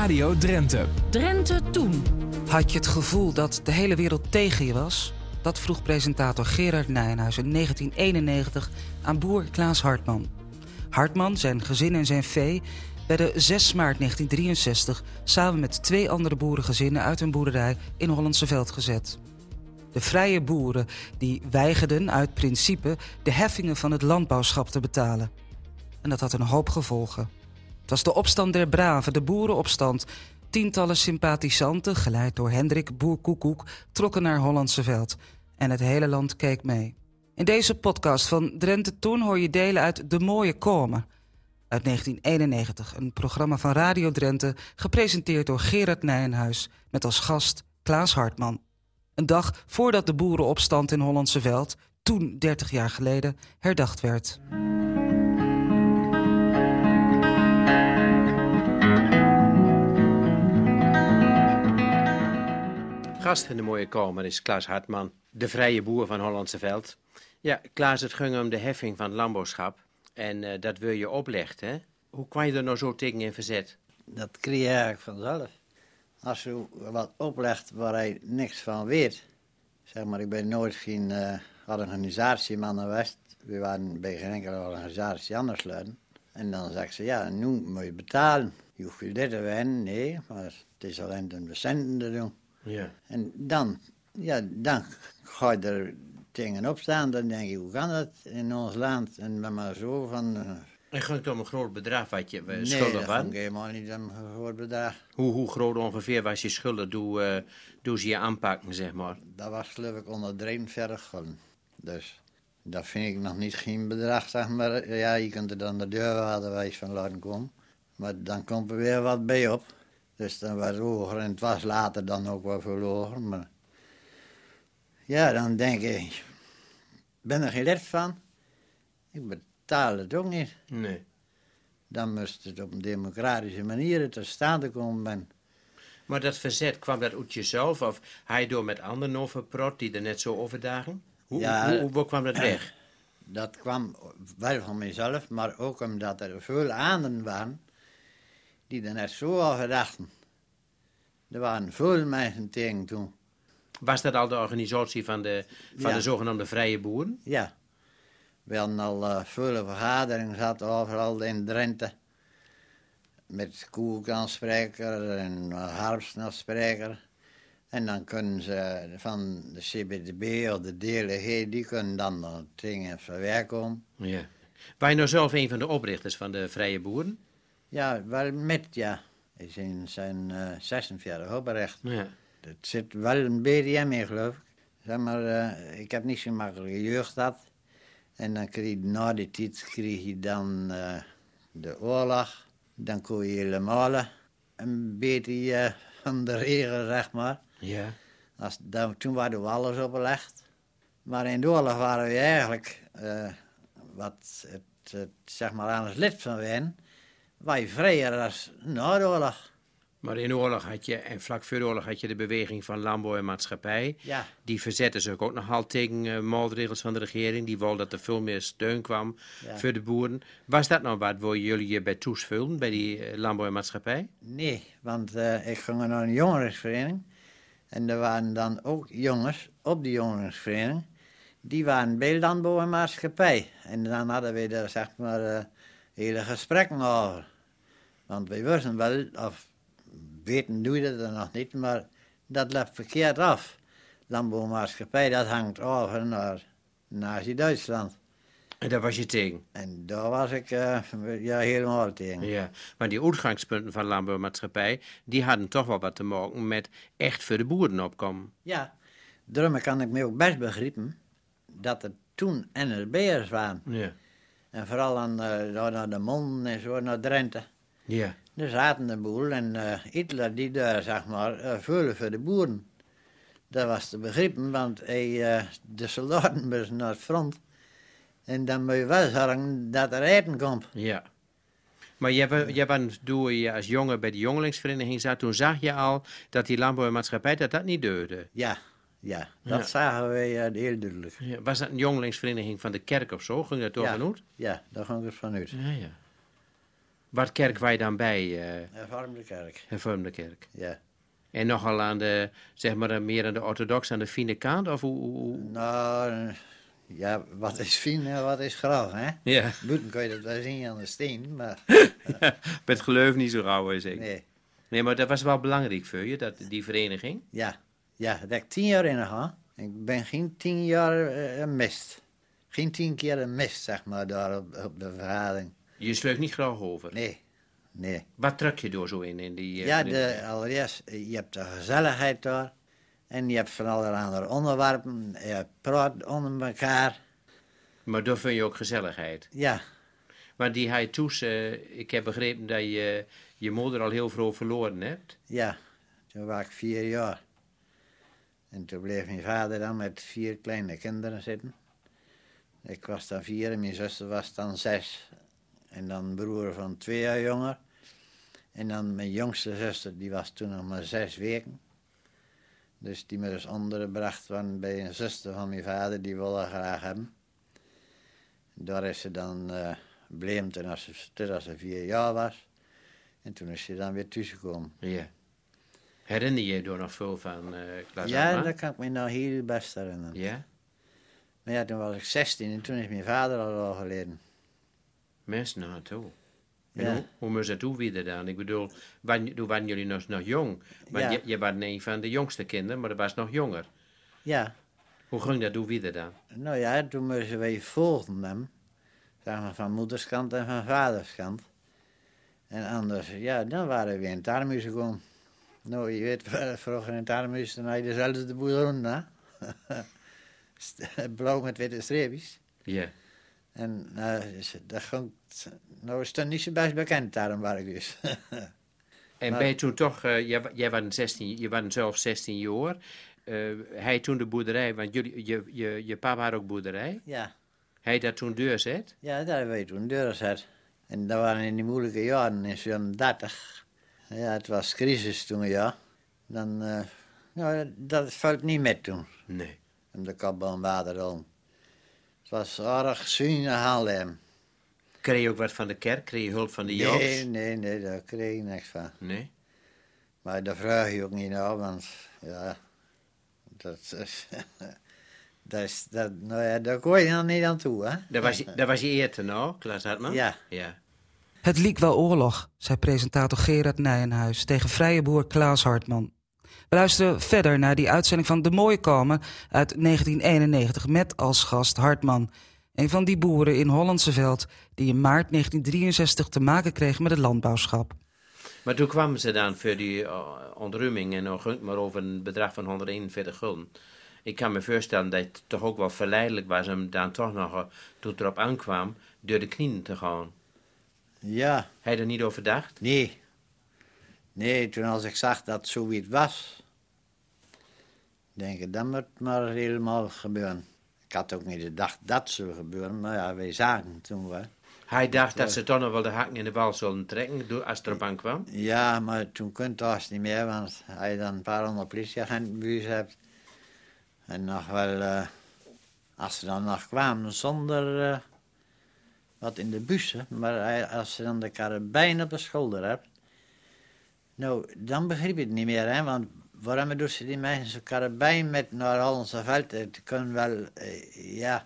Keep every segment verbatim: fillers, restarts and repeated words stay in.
Radio Drenthe. Drenthe Toen. Had je het gevoel dat de hele wereld tegen je was? Dat vroeg presentator Gerard Nijenhuis in negentien eenennegentig aan boer Klaas Hartman. Hartman, zijn gezin en zijn vee werden zes maart negentien drieënzestig samen met twee andere boerengezinnen uit hun boerderij in Hollandse Veld gezet. De vrije boeren die weigerden uit principe de heffingen van het landbouwschap te betalen. En dat had een hoop gevolgen. Het was de opstand der braven, de boerenopstand. Tientallen sympathisanten, geleid door Hendrik Boer Koekoek, trokken naar Hollandse Veld. En het hele land keek mee. In deze podcast van Drenthe Toen hoor je delen uit De Mooie Komen. Uit negentien eenennegentig, een programma van Radio Drenthe, gepresenteerd door Gerard Nijenhuis, met als gast Klaas Hartman. Een dag voordat de boerenopstand in Hollandse Veld, toen dertig jaar geleden, herdacht werd. Gast in De Mooie Komen is Klaas Hartman, de vrije boer van Hollandse Veld. Ja, Klaas, het ging om de heffing van het landbouwschap. En uh, dat wil je oplegt, hè? Hoe kwam je er nou zo tegen in verzet? Dat kreeg je eigenlijk vanzelf. Als je wat oplegt waar hij niks van weet. Zeg maar, ik ben nooit geen uh, organisatieman geweest. We waren bij geen enkele organisatie anders sluiten. En dan zegt ze, ja, nu moet je betalen. Je hoeft je dit te winnen. Nee, maar het is alleen om de centen te doen. Ja. En dan, ja, dan ga je er tegen opstaan. Dan denk je, hoe kan dat in ons land? En dan maar zo van... Uh, en ging het om een groot bedrag wat je uh, nee, schuldig was? Nee, dat helemaal niet om een groot bedrag. Hoe, hoe groot ongeveer was je schulden? Doe, uh, doe ze je aanpakken, zeg maar. Dat was geloof ik onder drieënveertig gulden. Dus dat vind ik nog niet geen bedrag, zeg maar. Ja, je kunt er dan de deurwaarderwijs van laten komen. Maar dan komt er weer wat bij op. Dus dan was het hoger en het was later dan ook wel veel hoger. Maar ja, dan denk ik, ik ben er geen lid van. Ik betaal het ook niet. Nee. Dan moest het op een democratische manier te staan komen. Ben. Maar dat verzet, kwam dat uit jezelf? Of hij door met anderen overprot die er net zo overdagen? Hoe, ja, hoe, hoe, hoe kwam dat weg? Dat kwam wel van mezelf, maar ook omdat er veel anderen waren die er net zo over dachten. Er waren veel mensen tegen toen. Was dat al de organisatie van de, van ja. de zogenaamde vrije boeren? Ja. We hadden al uh, veel vergaderingen gehad overal in Drenthe. Met Koek als spreker en uh, Harps als spreker. En dan kunnen ze van de C B D B of de D L G, die kunnen dan uh, dingen verwerken. Ja. Was je nou zelf een van de oprichters van de vrije boeren? Ja, wel met, ja. Hij is in zijn uh, zesenveertig opgericht. Ja. Het zit wel een beetje in mee, geloof ik. Zeg maar, uh, ik heb niet zo'n makkelijke jeugd gehad. En dan kreeg, na die tijd kreeg je dan uh, de oorlog. Dan kon je helemaal een beetje uh, van de regen, zeg maar. Ja. Als, dan, toen waren we alles opgelegd. Maar in de oorlog waren we eigenlijk, uh, wat het, het, zeg maar aan het lid van waren, waar je vrijer als na de oorlog. Maar in de oorlog had je, en vlak voor de oorlog had je de beweging van landbouw en maatschappij. Ja. Die verzetten zich ook nogal tegen uh, maatregelen van de regering. Die wilden dat er veel meer steun kwam Ja. voor de boeren. Was dat nou wat waar jullie je bij toesvulden, bij die uh, landbouw en maatschappij? Nee, want uh, ik ging naar een jongensvereniging. En er waren dan ook jongens op die jongensvereniging. Die waren bij landbouw en maatschappij. En dan hadden we daar zeg maar uh, hele gesprekken over. Want wij wisten wel, of weten doe je dat nog niet, maar dat loopt verkeerd af. Landbouwmaatschappij, dat hangt over naar Nazi-Duitsland. En daar was je tegen? En daar was ik uh, ja, helemaal tegen. Ja, maar die uitgangspunten van landbouwmaatschappij, die hadden toch wel wat te maken met echt voor de boeren opkomen. Ja, daarom kan ik me ook best begrijpen dat er toen N S B'ers waren. Ja. En vooral aan, uh, naar de Mon en zo, naar Drenthe. Ja. Er zaten de boel en uh, Hitler die daar, zeg maar, uh, vullen voor de boeren. Dat was te begrijpen, want hij, uh, de soldaten moesten naar het front. En dan moet je wel zorgen dat er eten komt. Ja. Maar jij, jij was, toen je als jongen bij de jongelingsvereniging zat, toen zag je al dat die landbouw en maatschappij dat dat niet deurde. Ja, ja, dat Ja. zagen wij uh, heel duidelijk. Ja, was dat een jongelingsvereniging van de kerk of zo? Ging dat door Ja. vanuit? Ja, daar ging ik vanuit. Ja, ja. Wat kerk waar je dan bij? Uh, Hervormde kerk. Hervormde kerk. Ja. En nogal aan de, zeg maar, meer aan de orthodox, aan de fine kant? Of hoe, hoe? Nou, ja, wat is fijn en wat is graag, hè? Ja. Buiten kan je dat wel zien aan de steen, maar... ja, met geloof niet zo rauw is ik. Nee. Nee, maar dat was wel belangrijk voor je, dat, die vereniging? Ja, ja, dat ik tien jaar in ga. Ik ben geen tien jaar uh, een mist. Geen tien keer een mist, zeg maar, daar op, op de vergadering. Je sleurt niet graag over? Nee, nee. Wat trek je door zo in, in die... Uh, ja, de, allereerst, je hebt de gezelligheid daar. En je hebt van allerhande onderwerpen. Je praat onder elkaar. Maar daar vind je ook gezelligheid? Ja. Maar die hij toes, uh, ik heb begrepen dat je je moeder al heel vroeg verloren hebt. Ja, toen was ik vier jaar. En toen bleef mijn vader dan met vier kleine kinderen zitten. Ik was dan vier en mijn zuster was dan zes. En dan een broer van twee jaar jonger. En dan mijn jongste zuster, die was toen nog maar zes weken. Dus die me dus ondergebracht waren bij een zuster van mijn vader, die wilde haar graag hebben. Daar is ze dan uh, bleem toen als ze, toen als ze vier jaar was. En toen is ze dan weer thuisgekomen. Ja. Herinner je je er nog veel van, uh, Klaas Ja, Hartman? dat kan ik me nou heel best herinneren. Ja? Maar ja, toen was ik zestien en toen is mijn vader al overleden. Mensen nou toe. En Ja. hoe, hoe moest dat toe weer dan? Ik bedoel, waren, toen waren jullie nog, nog jong. Maar Ja. je, je was een van de jongste kinderen, maar dat was nog jonger. Ja, Hoe ging dat toe weer dan? nou ja, toen moesten wij volgen hem. Zeg maar van moederskant en van vaderskant. En anders, ja, dan waren we in het armhuis gekomen. Nou, je weet, vroeger in het armhuis, dan had je dezelfde boeren, hè. Blauw met witte streepjes. Ja. En uh, dat ging, nou is het niet zo best bekend, daarom waar ik dus. En Maar- ben je toen toch, uh, jij, jij was zestien, je was zelf zestien jaar. Uh, hij toen de boerderij, want jullie, je, je, je pa had ook boerderij. Ja, Hij dat toen deur zet. ja, daar hebben wij toen deur gezet. En dat waren in die moeilijke jaren, in zevenendertig. Ja, het was crisis toen, ja. Dan, uh, nou, dat valt niet met toen. Nee. Om de kap en water om. Het was erg zuinig handelen. Kreeg je ook wat van de kerk? Kreeg je hulp van de Joods? Nee, nee, nee, daar kreeg ik niks van. Nee? Maar daar vraag je ook niet naar, want ja, dat is, dat is dat, nou ja, daar kon je dan niet aan toe, hè? Dat was, je- dat was je eerste nou, Klaas Hartman? Ja. Ja. Het liep wel oorlog, zei presentator Gerard Nijenhuis tegen vrije boer Klaas Hartman. We luisteren verder naar die uitzending van De Mooie Komen uit negentien eenennegentig met als gast Hartman. Een van die boeren in Hollandse Veld die in maart negentien drieënzestig te maken kreeg met het landbouwschap. Maar toen kwamen ze dan voor die uh, ontruiming en nog ging het maar over een bedrag van honderdeenenveertig gulden. Ik kan me voorstellen dat het toch ook wel verleidelijk was om dan toch nog, uh, toen het erop aankwam, door de knieën te gaan. Ja, Heb je er niet over gedacht? nee. Nee, toen als ik zag dat zoiets was, denk ik, dat moet maar helemaal gebeuren. Ik had ook niet gedacht dat zou gebeuren, maar ja, wij zagen het toen wel. Hij dacht dat ze toch nog wel de hakken in de wal zullen trekken door- als het erop aankwam. Ja, maar toen kon het haast niet meer, want als je dan een paar honderd politieagenten bij huis hebt. En nog wel, uh, als ze dan nog kwamen zonder uh, wat in de bussen, maar hij- als ze dan de karabijn op de schouder hebt. Nou, dan begreep ik het niet meer, hè, want waarom doen ze die mensen zo'n karabijn met naar Hollandse Veld? Het kan wel, uh, ja,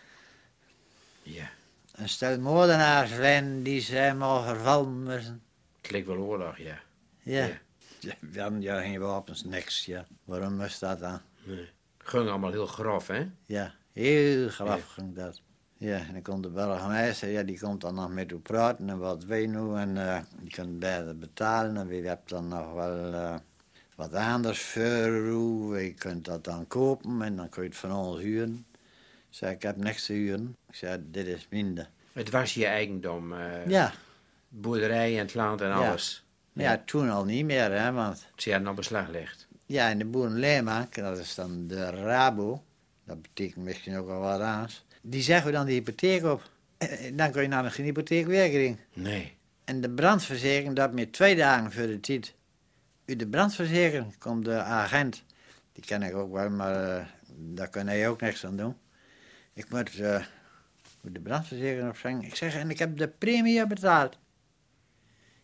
Ja. een stel moordenaars zijn die zijn maar vervallen müssen. Het leek wel oorlog, ja. Ja. Ja. Ja, we hadden ja geen wapens, niks, ja. Waarom was dat dan? Nee. Ging allemaal heel grof, hè? Ja, heel graf ging dat. Ja, en dan komt de burgemeester, ja, die komt dan nog met u praten en wat wij nu. En uh, die kunt beide betalen en wie hebt dan nog wel uh, wat anders voor u. Wie kunt dat dan kopen en dan kun je het van ons huren. Ik zei, ik heb niks te huren. Ik zei, dit is minder. Het was je eigendom. Uh, Ja, Boerderij en het land en Ja. alles. maar ja, toen al niet meer, hè, want... Ze hadden al beslag gelegd. Ja, en de boerenleemark, dat is dan de Rabo. Dat betekent misschien ook wel wat anders. Die zeggen dan de hypotheek op. En dan kun je namelijk geen hypotheek weer krijgen. Nee. En de brandverzekering, dat met twee dagen voor de tijd. Uit de brandverzekering komt de agent. Die ken ik ook wel, maar uh, daar kan hij ook niks aan doen. Ik moet uh, de brandverzekering opzeggen. Ik zeg, en ik heb de premie betaald.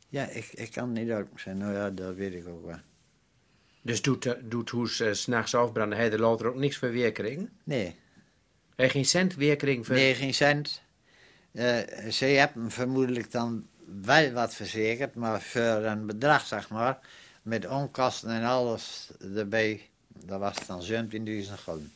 Ja, ik, ik kan niet uit zijn. Nou ja, dat weet ik ook wel. Dus doet, uh, doet Hoes uh, 's nachts afbranden, hij de later ook niks voor weerkring? Nee. Hij geen cent weerkring voor... Nee, geen cent. Uh, ze hebben vermoedelijk dan wel wat verzekerd, maar voor een bedrag, zeg maar, met onkosten en alles erbij, dat was het dan zeventienduizend gulden.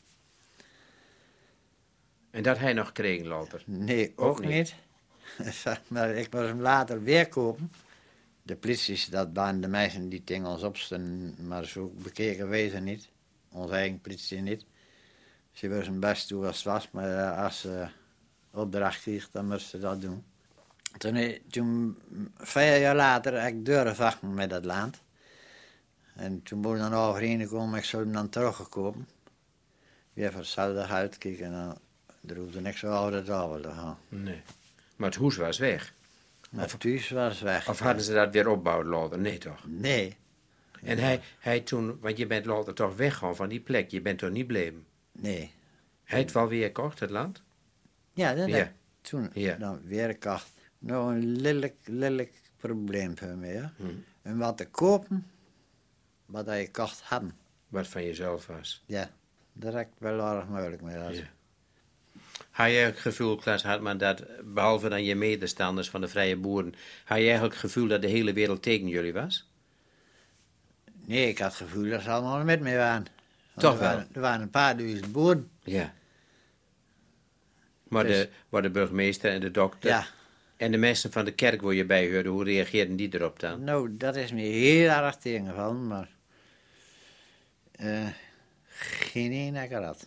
En dat hij nog kreeg later? Nee, ook, ook niet. niet. Maar ik moest hem later weer kopen. De politie, dat waren de mensen die tegen ons opstonden, maar zo bekeken wezen niet. Onze eigen politie niet. Ze was hun best toe als het was, maar als ze opdracht kreeg, dan moest ze dat doen. Toen, toen vijf jaar later, heb ik deuren vachten met dat land. En toen moest ik dan overheen komen, ik zou hem dan terugkopen. Weer voor hetzelfde geld kijken, en dan er hoefde niks over de tafel te gaan. Nee. Maar het huis was weg? Maar het huis was weg. Of hadden ze dat weer opgebouwd later? Nee, toch? Nee. En hij, hij toen, want je bent later toch weggegaan van die plek, je bent toch niet bleven? Nee. Hij het wel weer kocht, het land? Ja, dat Ja. heb ik toen Ja. dan weer gekocht. Nou, een lelijk, lelijk probleem voor mij. Hè? Hm. En wat te kopen, wat hij gekocht hadden. Wat van jezelf was. Ja, daar heb ik wel erg moeilijk mee gehad. Ja. Had je het gevoel, Klaas Hartman, dat behalve dan je medestanders van de Vrije Boeren, had je eigenlijk het gevoel dat de hele wereld tegen jullie was? Nee, ik had het gevoel dat ze allemaal met mij waren. Want Toch er wel? Waren, er waren een paar duizend boeren. Ja. Maar, Dus- de, maar de burgemeester en de dokter Ja, en de mensen van de kerk waar je bij hoorde, hoe reageerden die erop dan? nou, dat is me heel erg tegengevallen, maar eh, geen één heb ik gehad.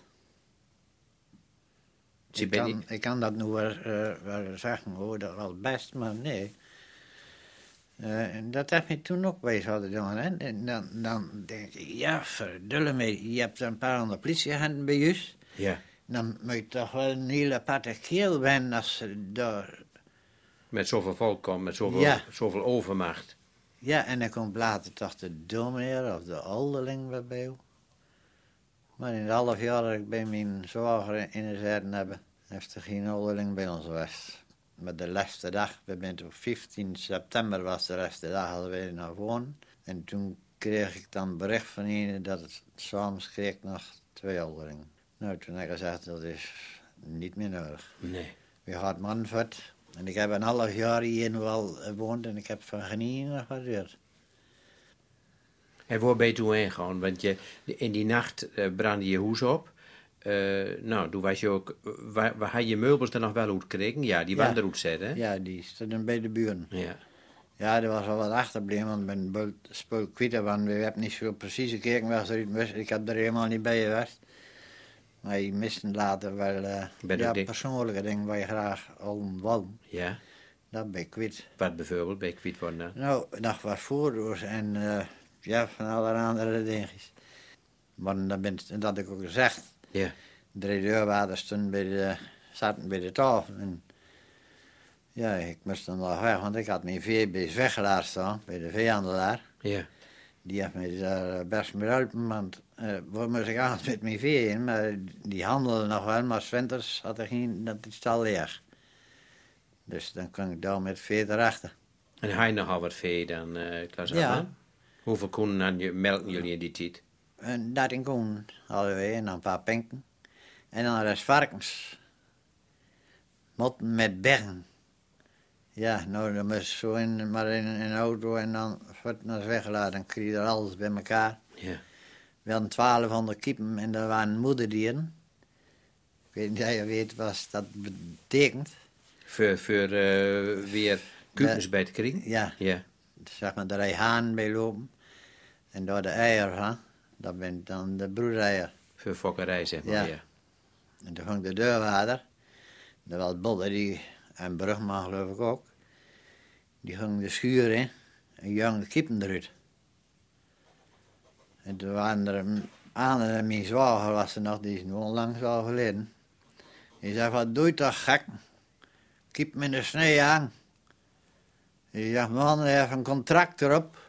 Ze Ik ben kan, niet- ik kan dat nu wel, eh, wel zeggen, hoor, dat was best, maar nee. Eh, en dat heb je toen ook bij zouden doen. Hè? En dan, dan denk je, ja, verdulle me, je hebt een paar honderd politieagenten bij je. Ja, Dan moet je toch wel een hele aparte kerel zijn als ze daar... met zoveel volk komt, met zoveel, Ja. zoveel overmacht. Ja, en dan komt later toch de dominee of de ouderling weer bij. Maar in het half jaar dat ik bij mijn zwager in de zijde heb, heeft er geen ouderling bij ons geweest. Maar de laatste dag, we zijn op vijftien september was de laatste dag, hadden wij naar wonen. En toen kreeg ik dan bericht van een dat het soms kreeg ik nog twee ouderlingen. Nou, toen heb ik gezegd, dat is niet meer nodig. Nee. We gaan Manfred. En ik heb een half jaar hier wel gewoond en ik heb van genieten nog wat geleerd. En waar ben je toen heen gegaan? Want je, in die nacht eh, brandde je huis op. Eh, nou, toen was je ook... Waar, waar had je meubels er nog wel uit gekregen? Ja, die Ja. waren eruit zetten, hè? Ja, die stonden bij de buren. Ja. Ja, er was wel wat achterbleven, want ik ben spul kwijt, want we hebben niet zo precies gekeken waar ze eruit moest. Ik heb er helemaal niet bij geweest. Maar je miste later wel uh, Ben ja, ook dik. persoonlijke dingen waar je graag al wou. Ja. Dat ben ik kwijt. Wat bijvoorbeeld, ben je kwijt worden dan? Nou, nog wat voordeurs en uh, ja, van allerlei andere dingetjes. Maar dat, ben, dat had ik ook gezegd. Ja. Drie deurwaarders stonden bij de, zaten bij de tafel. En ja, ik moest dan nog weg, want ik had mijn veebeest weggelaten staan bij de veehandelaar. Ja. Die heeft mij daar best mee geholpen, want uh, waar moest ik aan met mijn vee in? Maar die handelde nog wel, maar 's winters had er geen, dat is al leeg. Dus dan kon ik daar met vee erachter. En had je nogal wat vee dan, uh, Klaas Ja. Hartman? Hoeveel koeien hadden je, melkten jullie in die tijd? En dat in koen hadden we en dan een paar pinken. En dan de rest varkens. Motten met bergen. Ja, nou, dan moest je zo in, maar in, in een auto en dan wordt het weggeladen. Dan kreeg je er alles bij elkaar. Ja. We hadden twaalfhonderd kiepen en dat waren moederdieren. Ik weet niet of je weet wat dat betekent. Voor, voor uh, weer kuipens De- bij te krijgen? Ja, Ja. zeg maar, daar rij haan bij lopen. En door de eieren, hè, dat bent dan de broedeier. Voor fokkerij, zeg maar, Ja. ja. En toen ging de deurwaarder, dat was Bodder, die, en Brugman geloof ik ook, die ging de schuur in en jong de kippen eruit. En toen waren er een andere, mijn zwager was er nog, die is nu onlangs al geleden. Die zei, wat doe je toch gek? Kip me in de snee aan. Die zegt, man, hij heeft een contract erop.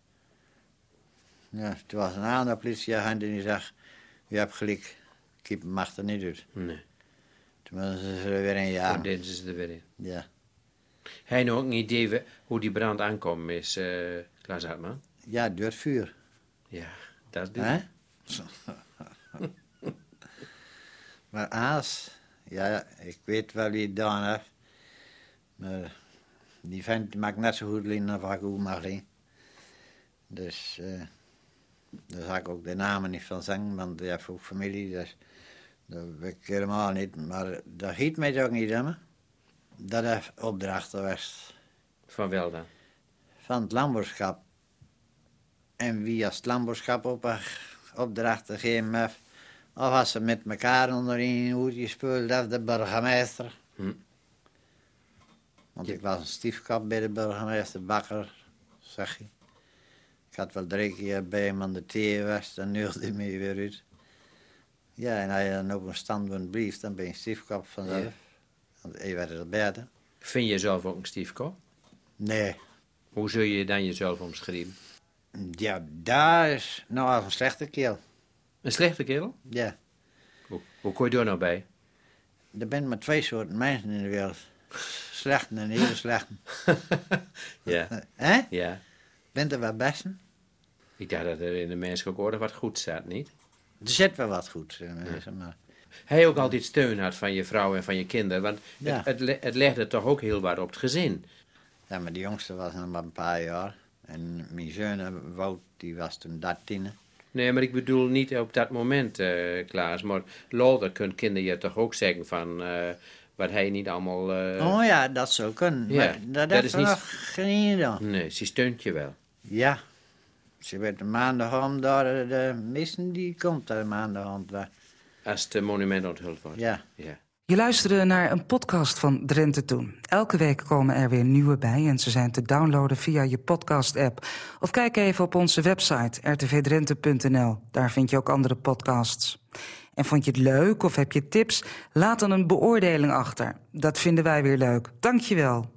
Ja, toen was een andere politieagent en die zegt, je hebt gelijk, kip mag er niet uit. Nee. Toen moesten ze er weer een Toen jaar. deden ze er weer in. Ja. Heb je nog ook een idee we- hoe die brand aankomt is, uh, Klaas Hartman? Ja, door het vuur. Ja, dat is Hè? Maar Aas, ja, ik weet wel wie het gedaan heeft. Maar die vent maakt net zo goed lien als ik goed mag lien. Dus uh, daar zal ik ook de namen niet van zeggen, want die heeft ook familie. Dus dat weet ik helemaal niet. Maar dat giet mij ook niet aan. Dat heeft opdrachten was. Van wel dan? Van het landbouwschap. En wie als het landbouwschap op opdrachten gegeven heeft. Of als ze met elkaar onderin hoe gespeeld heeft, de burgemeester. Hm. Want Ja. ik was een stiefkap bij de burgemeester, bakker, zeg je. Ik had wel drie keer bij hem aan de thee geweest, dan neurde hij me weer uit. Ja, en als je dan op een standpunt blijft, dan ben je stiefkap vanzelf. Ja. Want je werd er beter. Vind je jezelf ook een stiefkop? Nee, Hoe zul je dan jezelf omschrijven? ja, daar is nou een slechte keel. Een slechte kerel? Ja, Hoe, hoe kom je daar nou bij? er zijn maar twee soorten mensen in de wereld. Slechten en hele slechten. Ja, Hè? ja. Bent er wat besten? Ik dacht dat er in de menselijke orde wat goed staat, niet? Er zit wel wat goed in mensen, maar... Hij ook altijd steun had van je vrouw en van je kinderen, want Ja. het, het, le- het legde toch ook heel wat op het gezin. Ja, maar de jongste was nog maar een paar jaar. En mijn zoon, Wout, die was toen dertien. Nee, maar ik bedoel niet op dat moment, eh Klaas, maar later kunnen kinderen je toch ook zeggen van eh, wat hij niet allemaal... eh, Oh ja, dat zou kunnen. Ja, Maar dat, dat heeft is er niet- nog geen gedaan. Nee, ze steunt je wel. Ja. Ze werd de maandag om daar, de missen die komt er maandag om. Als het monument onthuld wordt. Ja. Ja. Je luisterde naar een podcast van Drenthe Toen. Elke week komen er weer nieuwe bij en ze zijn te downloaden via je podcast-app. Of kijk even op onze website r t v drenthe punt n l. Daar vind je ook andere podcasts. En vond je het leuk of heb je tips? Laat dan een beoordeling achter. Dat vinden wij weer leuk. Dank je wel.